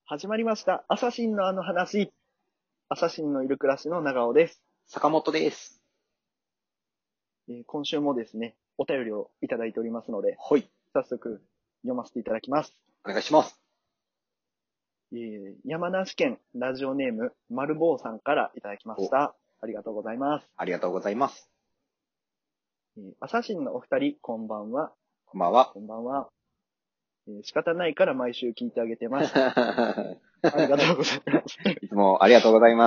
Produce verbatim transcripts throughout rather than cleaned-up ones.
始まりました。アサシンのあの話。アサシンのいる暮らしの長尾です。 坂本です。 えー今週もですね、お便りをいただいておりますので、 はい。 早速読ませていただきます。 お願いします。 えー山梨県ラジオネーム、まるぼうさんからいただきました。ありがとうございます。 ありがとうございます。 えーアサシンのお二人、こんばんは。 こんばんは。 こんばんは。えー仕方ないから毎週聞いてあげてます。 いありがとうございます。 つもありがとうございます。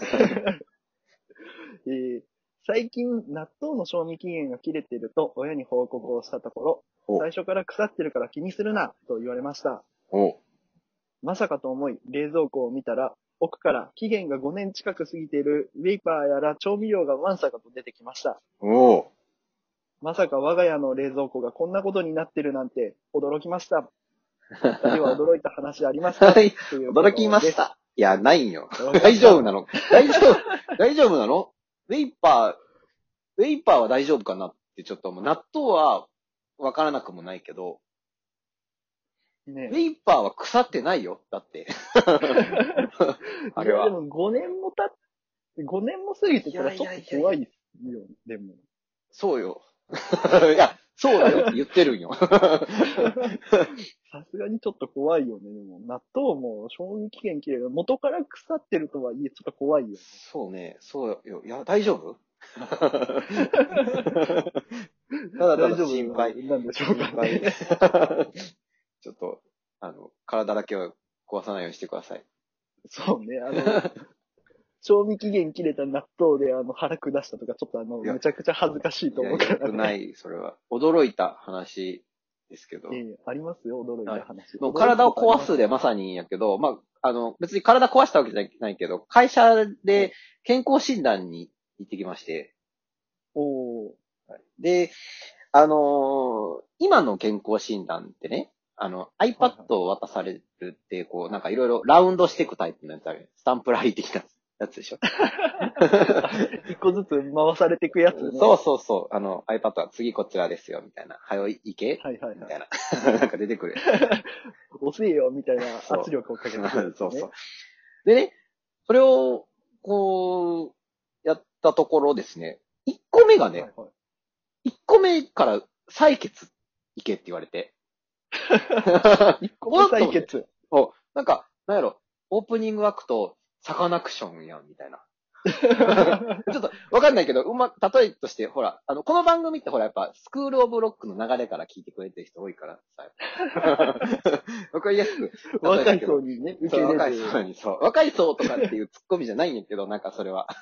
えー最近、納豆の賞味期限が切れてると親に報告をしたところ、 お最初から腐ってるから気にするな、と言われました。 おまさかと思い、冷蔵庫を見たら、奥から期限がごねん近く過ぎているウェイパーやら調味料がわんさかと出てきました。 おまさか我が家の冷蔵庫がこんなことになってるなんて驚きました。お二人は驚いた話ありますか？ はい。 ということで驚きました。いや、ないんよ。 驚きました大丈夫なの大丈夫大丈夫なのウェイパー、ウェイパーは大丈夫かなってちょっと思う。納豆はわからなくもないけど、 ねウェイパーは腐ってないよ。だって。あれは。 いやでもごねんも経って、ごねんも過ぎてたらちょっと怖いよ、でも。 そうよ。いや、そうだよって言ってるんよ。 さすがにちょっと怖いよね。でも、納豆も賞味期限切れる。元から腐ってるとはいえ、ちょっと怖いよね。 そうね、そうよ。いや、大丈夫ただただ心配。 なんでしょうか心配ね。 ちょっと、あの、体だけは壊さないようにしてください。 そうね、あの、賞味期限切れた納豆であの腹下したとか、ちょっとあの、 いやめちゃくちゃ恥ずかしいと思ういや、 から、ね。 よくない、それは。驚いた話ですけど。 ええありますよ、驚いた話。 もう体を壊すでまさにやけど、まあ、あの、別に体壊したわけじゃないけど、会社で健康診断に行ってきまして。 おー。 で、あのー今の健康診断ってね、あの、iPad を渡されるって、こう、なんかいろいろラウンドしていくタイプのやつある。スタンプラリー的なやつでしょ。 一個ずつ回されていくやつね。 そうそうそう。あの、iPad は次こちらですよ、みたいな。はよ行けはいはいはい。 みたいな。なんか出てくる。 押せよ、みたいな圧力をかけてくる、ね。 そうそう。でね、それを、こう、やったところですね、いっこめがね、 はいはいいっこめから採血行けって言われて。 いっこめ採血。 お、なんか、なんやろ、オープニングアクト、サカナクションやん、みたいな。ちょっと、わかんないけど、うま、例えとして、ほら、あの、この番組ってほら、やっぱ、スクールオブロックの流れから聞いてくれてる人多いからさ。わかりやすく。 若い層にね、受け入れて。 若い層に、そう。若い層とかっていうツッコミじゃないんやけど、なんかそれは。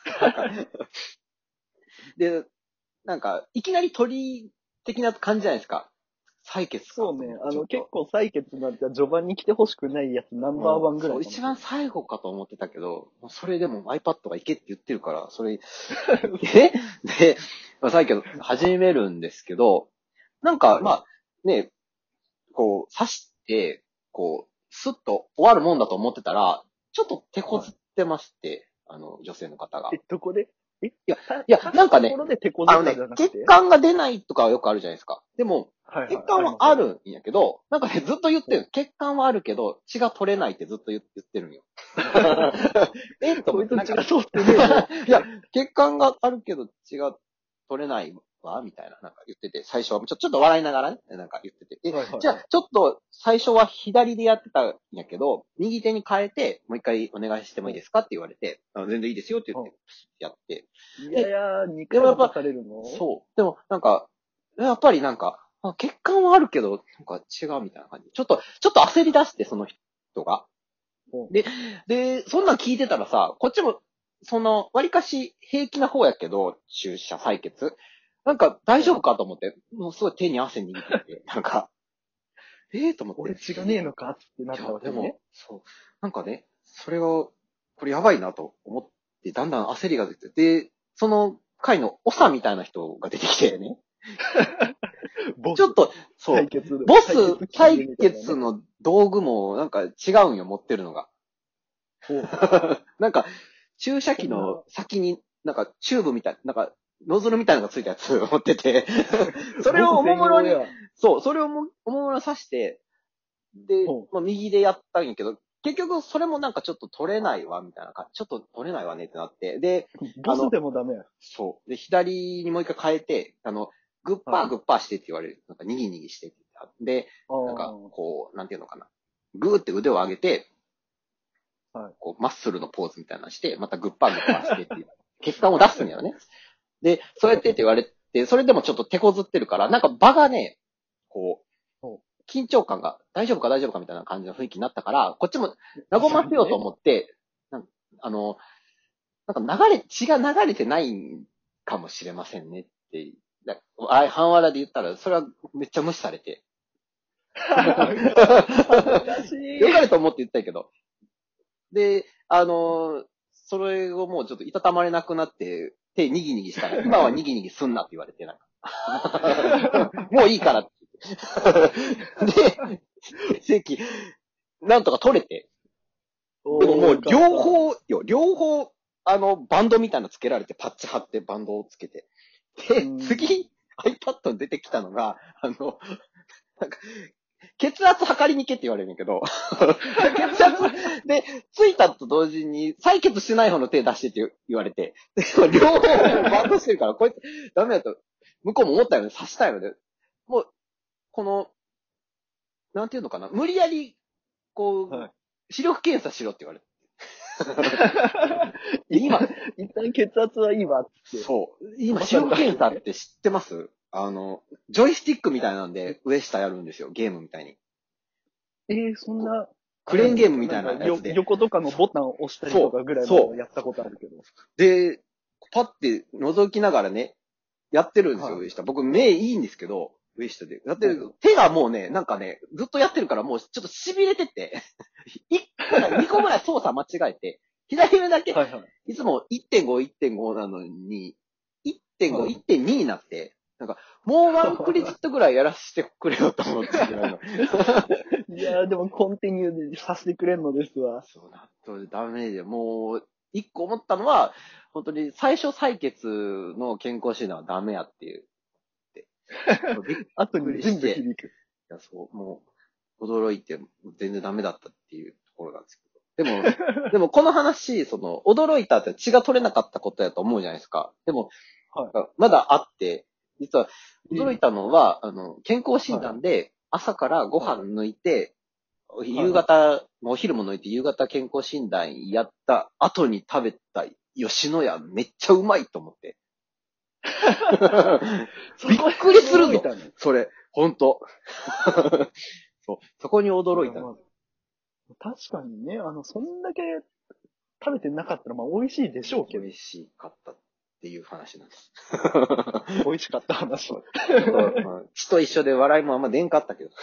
で、なんか、いきなり鳥的な感じじゃないですか。採血か。 そうね。あの、結構採血なんて序盤に来てほしくないやつナンバーワンぐらい。 そう、一番最後かと思ってたけど、それでも iPad がいけって言ってるから、それ、えで、まあ、採血始めるんですけど、なんか、まあ、ね、こう、刺して、こう、スッと終わるもんだと思ってたら、ちょっと手こずってまして、はい、あの、女性の方が。 え、どこでえいや、いや、なんかね、あのね、血管が出ないとかはよくあるじゃないですか。でも、はいはい、血管はあるんやけど、なんかね、ずっと言ってる。血管はあるけど、血が取れないってずっと言ってるんよ。えっと、 こいつ血が通ってねえいや、血管があるけど血が取れないわみたいな、なんか言ってて、最初はちょ、ちょっと笑いながらね、なんか言ってて。え、はいはいはい、じゃあ、ちょっと最初は左でやってたんやけど、右手に変えて、もう一回お願いしてもいいですかって言われて、あ全然いいですよって言って、やって。 いやいや、にかいも出されるの？ そう。でも、なんか、やっぱりなんか、血管はあるけど、なんか違うみたいな感じ。ちょっと、ちょっと焦り出して、その人が。で、で、そんなん聞いてたらさ、こっちも、その、割かし平気な方やけど、注射採血。なんか大丈夫かと思って、もうすごい手に汗握ってて、なんか、ええー、と思って。 俺血がねえのかってなったわけね。 でも、そう。なんかね、それが、これやばいなと思って、だんだん焦りが出て、で、その会の長みたいな人が出てきてね。ちょっと、そう。ボス採血の道具もなんか違うんよ、持ってるのが。なんか、注射器の先になんかチューブみたい、なんか、ノズルみたいなのがついたやつを持ってて、それをおもむろに、そう、それをおもむろに刺して、で、まあ、右でやったんやけど、 結局それもなんかちょっと取れないわ、みたいな感じ。ちょっと取れないわねってなって。で、 ボスでもダメや。 そう。で、左にもう一回変えて、あの、グッパはいーグッパーしてって言われる。なんか、にぎにぎしてって言って。で、なんか、こう、なんていうのかな。グーって腕を上げて、 はい。 こう、マッスルのポーズみたいなのして、またグッパーグッパーしてっていう。結果を出すんやよね。で、そうやってって言われて、それでもちょっと手こずってるから、なんか場がね、こう、緊張感が、大丈夫か大丈夫かみたいな感じの雰囲気になったから、こっちも和ませようと思って、なんあの、なんか流れ、血が流れてないかもしれませんねって、だあ半笑で言ったら、それはめっちゃ無視されて。よかれと思って言ったけど。で、あの、それをもうちょっといたたまれなくなって、手にぎにぎしたら、今はにぎにぎすんなって言われて、なんか。もういいからって。で、席、なんとか取れて。でももう両方よ、両方、あの、バンドみたいなのつけられて、パッチ貼ってバンドをつけて。で、次、iPad に出てきたのが、あの、なんか、血圧測りに行けって言われるんだけど、血圧で、ついたと同時に、採血してない方の手出してって言われて、で両方バンドしてるから、こいつダメだと、向こうも思ったように刺したいので、もう、この、なんていうのかな、無理やり、こう、はい、視力検査しろって言われて。 今、一旦血圧はいいわって。 そう。今、視力検査って知ってます？あの、ジョイスティックみたいなんで、上下やるんですよ、ゲームみたいに。 えー、そんな。 クレーンゲームみたいなやつで。 横とかのボタンを押したりとかぐらいのやったことあるけど。 で、パッて覗きながらね、やってるんですよ、はい、上下。僕、目いいんですけど、上下で。やってる、うん、手がもうね、なんかね、ずっとやってるからもうちょっと痺れてて、いっこ、にこぐらい操作間違えて、左目だけ、はいはい、いつも いってんご、いってんご なのに、いってんご、いってんに になって、なんか、もうワンクレジットぐらいやらせてくれよと思ってぐらいの。 いやーでもコンティニューでさせてくれんのですわ。 そうな、ダメで、もう、一個思ったのは、本当に最初採血の健康診断はダメやっていう。 あとに全部響く。いや、そう、もう、驚いて、全然ダメだったっていうところなんですけど。でも、でもこの話、その、驚いたって血が取れなかったことやと思うじゃないですか。でも、はい、まだあって、実は、驚いたのは、あの、健康診断で、朝からご飯抜いて、はい、夕方、お昼も抜いて夕方健康診断やった後に食べた吉野家めっちゃうまいと思って。びっくりするぞ。それ、ほんと。そう、そこに驚いた。まあ、確かにね、あの、そんだけ食べてなかったら、まあ、美味しいでしょうけど。 美味しかったっていう話なんです。 美味しかった話。 血と一緒で笑いもあんま出んかったけど。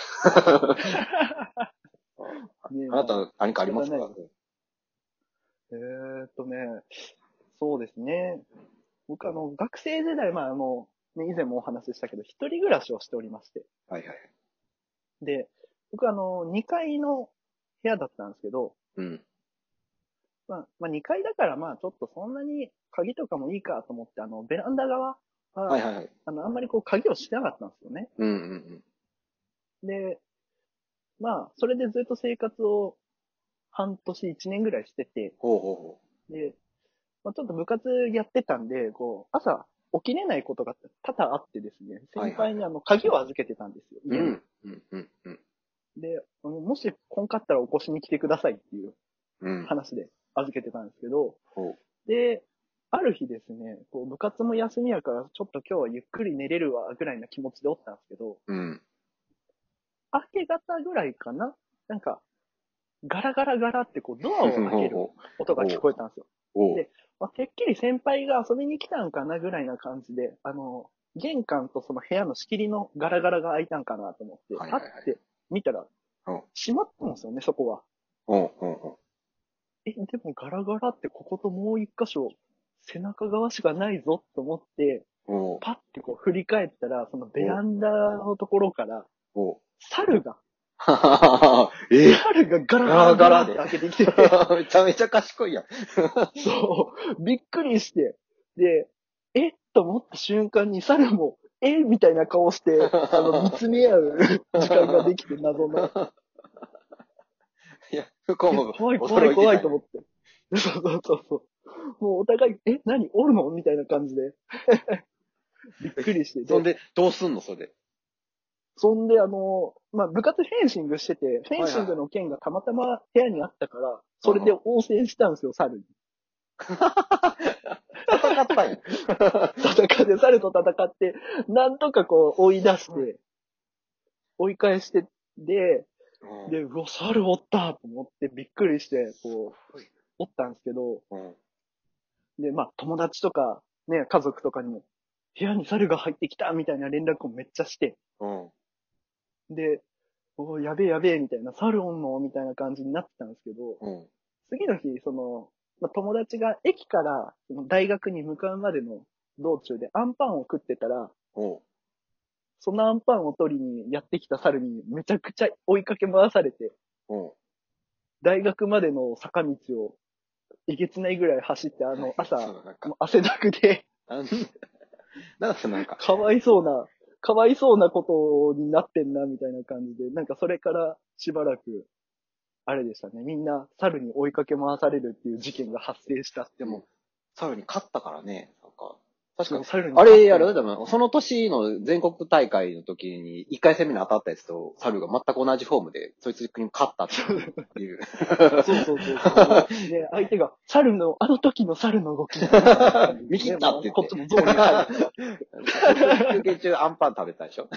ね、あなた何かありますか？ えーっとね、そうですね。僕あの、学生時代、まああの、ね、以前もお話ししたけど、一人暮らしをしておりまして。 はいはい。 で、僕あの、にかいの部屋だったんですけど、 うん。 まあ、まあにかいだからまあちょっとそんなに鍵とかもいいかと思って、あの、ベランダ側は、 はいはいはい。 あの、あんまりこう鍵をしてなかったんですよね。 うんうんうん。で、まあ、それでずっと生活を半年、一年ぐらいしてて、 ほうほうほう。で、まあ、ちょっと部活やってたんで、こう、朝起きれないことが多々あってですね、先輩にあの、鍵を預けてたんですよ、家に。うんうんうんうん、 で、あのもしこんかったら起こしに来てくださいっていう話で預けてたんですけど、うん、で、ある日ですね、こう部活も休みやから、ちょっと今日はゆっくり寝れるわ、ぐらいな気持ちでおったんですけど、 うん、 明け方ぐらいかな、なんか、ガラガラガラってこうドアを開ける音が聞こえたんですよ。で、まあ、てっきり先輩が遊びに来たんかなぐらいな感じで、あの、玄関とその部屋の仕切りのガラガラが開いたんかなと思って、はいはいはい、パッて見たら、閉まったんですよね、そこは。 うんうんうん、 え、でもガラガラってここともう一箇所、背中側しかないぞと思って、パッてこう振り返ったら、そのベランダのところから、猿が、 え猿がガラガラガラって開けてきて、 めちゃめちゃ賢いやん。 そう、びっくりして、で、えっと思った瞬間に猿も、えみたいな顔して、あの、見つめ合う時間ができて、謎の。 いや、向こうも怖い怖い怖いと思って。そうそうそうそう。もうお互い、え、何おるのみたいな感じで。びっくりして。 そんで、どうすんのそれで。 そんで、あの、まあ、部活フェンシングしてて、フェンシングの剣がたまたま部屋にあったから、それで応戦したんですよ、猿に。 戦ったんや。 戦って、猿と戦って、なんとかこう追い出して、追い返して、で、うん、で、うわ、猿おったと思ってびっくりして、こう、おったんですけど、うん、で、まあ、友達とか、ね、家族とかにも、部屋に猿が入ってきたみたいな連絡をめっちゃして、うん、で、おやべえやべえみたいな、猿おんのみたいな感じになってたんですけど、うん、次の日、その、まあ、友達が駅からその大学に向かうまでの道中でアンパンを食ってたら、うん、そのアンパンを取りにやってきた猿にめちゃくちゃ追いかけ回されて、うん、大学までの坂道をえげつないぐらい走って、あの、朝、汗だくでなんかなんか、 かわいそうな、かわいそうなことになってんな、みたいな感じで、なんかそれからしばらく、あれでしたね。みんな猿に追いかけ回されるっていう事件が発生したっても。 猿に勝ったからね。なんか確かに。猿にあれやるでも、その年の全国大会の時に、一回戦目に当たったやつと、猿が全く同じフォームで、そいつに勝ったっていう。 そうそうそうそう。ね、相手が、猿の、あの時の猿の動き。 見切ったって言って。 こっちもゾーンに入る。休憩中アンパン食べたでしょ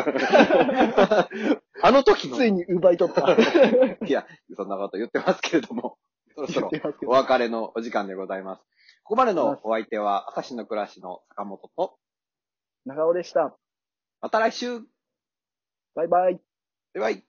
あの時の。 ついに奪い取った。 いや、そんなこと言ってますけれども、そろそろお別れのお時間でございます。ここまでのお相手は、朝日の暮らしの坂本と、 長尾でした。 また来週。 バイバイ。 バイバイ。